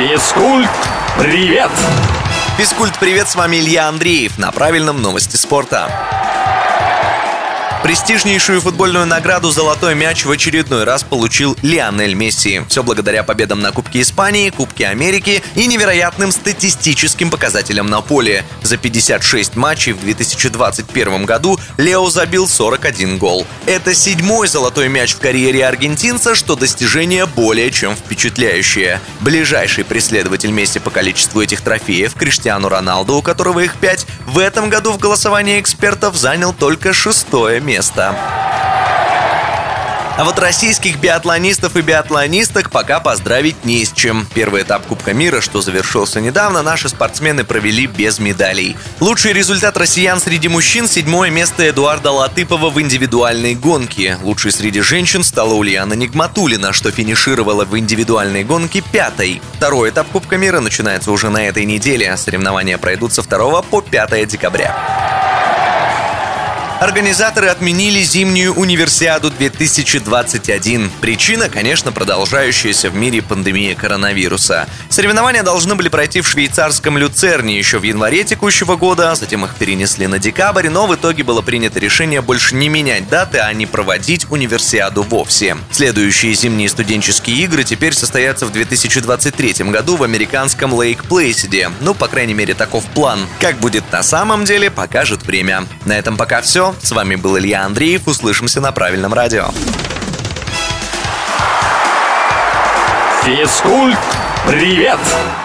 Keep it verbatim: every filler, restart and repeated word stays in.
Физкульт, привет! Физкульт, привет, с вами Илья Андреев на правильном новости спорта. Престижнейшую футбольную награду «Золотой мяч» в очередной раз получил Лионель Месси. Все благодаря победам на Кубке Испании, Кубке Америки и невероятным статистическим показателям на поле. За пятьдесят шесть матчей в две тысячи двадцать первом году Лео забил сорок один гол. Это седьмой «Золотой мяч» в карьере аргентинца, что достижение более чем впечатляющее. Ближайший преследователь Месси по количеству этих трофеев, Криштиану Роналду, у которого их пять, в этом году в голосовании экспертов занял только шестое место. Место. А вот российских биатлонистов и биатлонисток пока поздравить не с чем. Первый этап Кубка мира, что завершился недавно, наши спортсмены провели без медалей. Лучший результат россиян среди мужчин – седьмое место Эдуарда Латыпова в индивидуальной гонке. Лучшей среди женщин стала Ульяна Нигматуллина, что финишировала в индивидуальной гонке пятой. Второй этап Кубка мира начинается уже на этой неделе. Соревнования пройдут со второго по пятое декабря. Организаторы отменили зимнюю универсиаду две тысячи двадцать один. Причина, конечно, продолжающаяся в мире пандемия коронавируса. Соревнования должны были пройти в швейцарском Люцерне еще в январе текущего года, затем их перенесли на декабрь, но в итоге было принято решение больше не менять даты, а не проводить универсиаду вовсе. Следующие зимние студенческие игры теперь состоятся в две тысячи двадцать третьем году в американском Лейк-Плейсиде. Ну, по крайней мере, таков план. Как будет на самом деле, покажет время. На этом пока все. С вами был Илья Андреев. Услышимся на правильном радио. Физкульт, привет!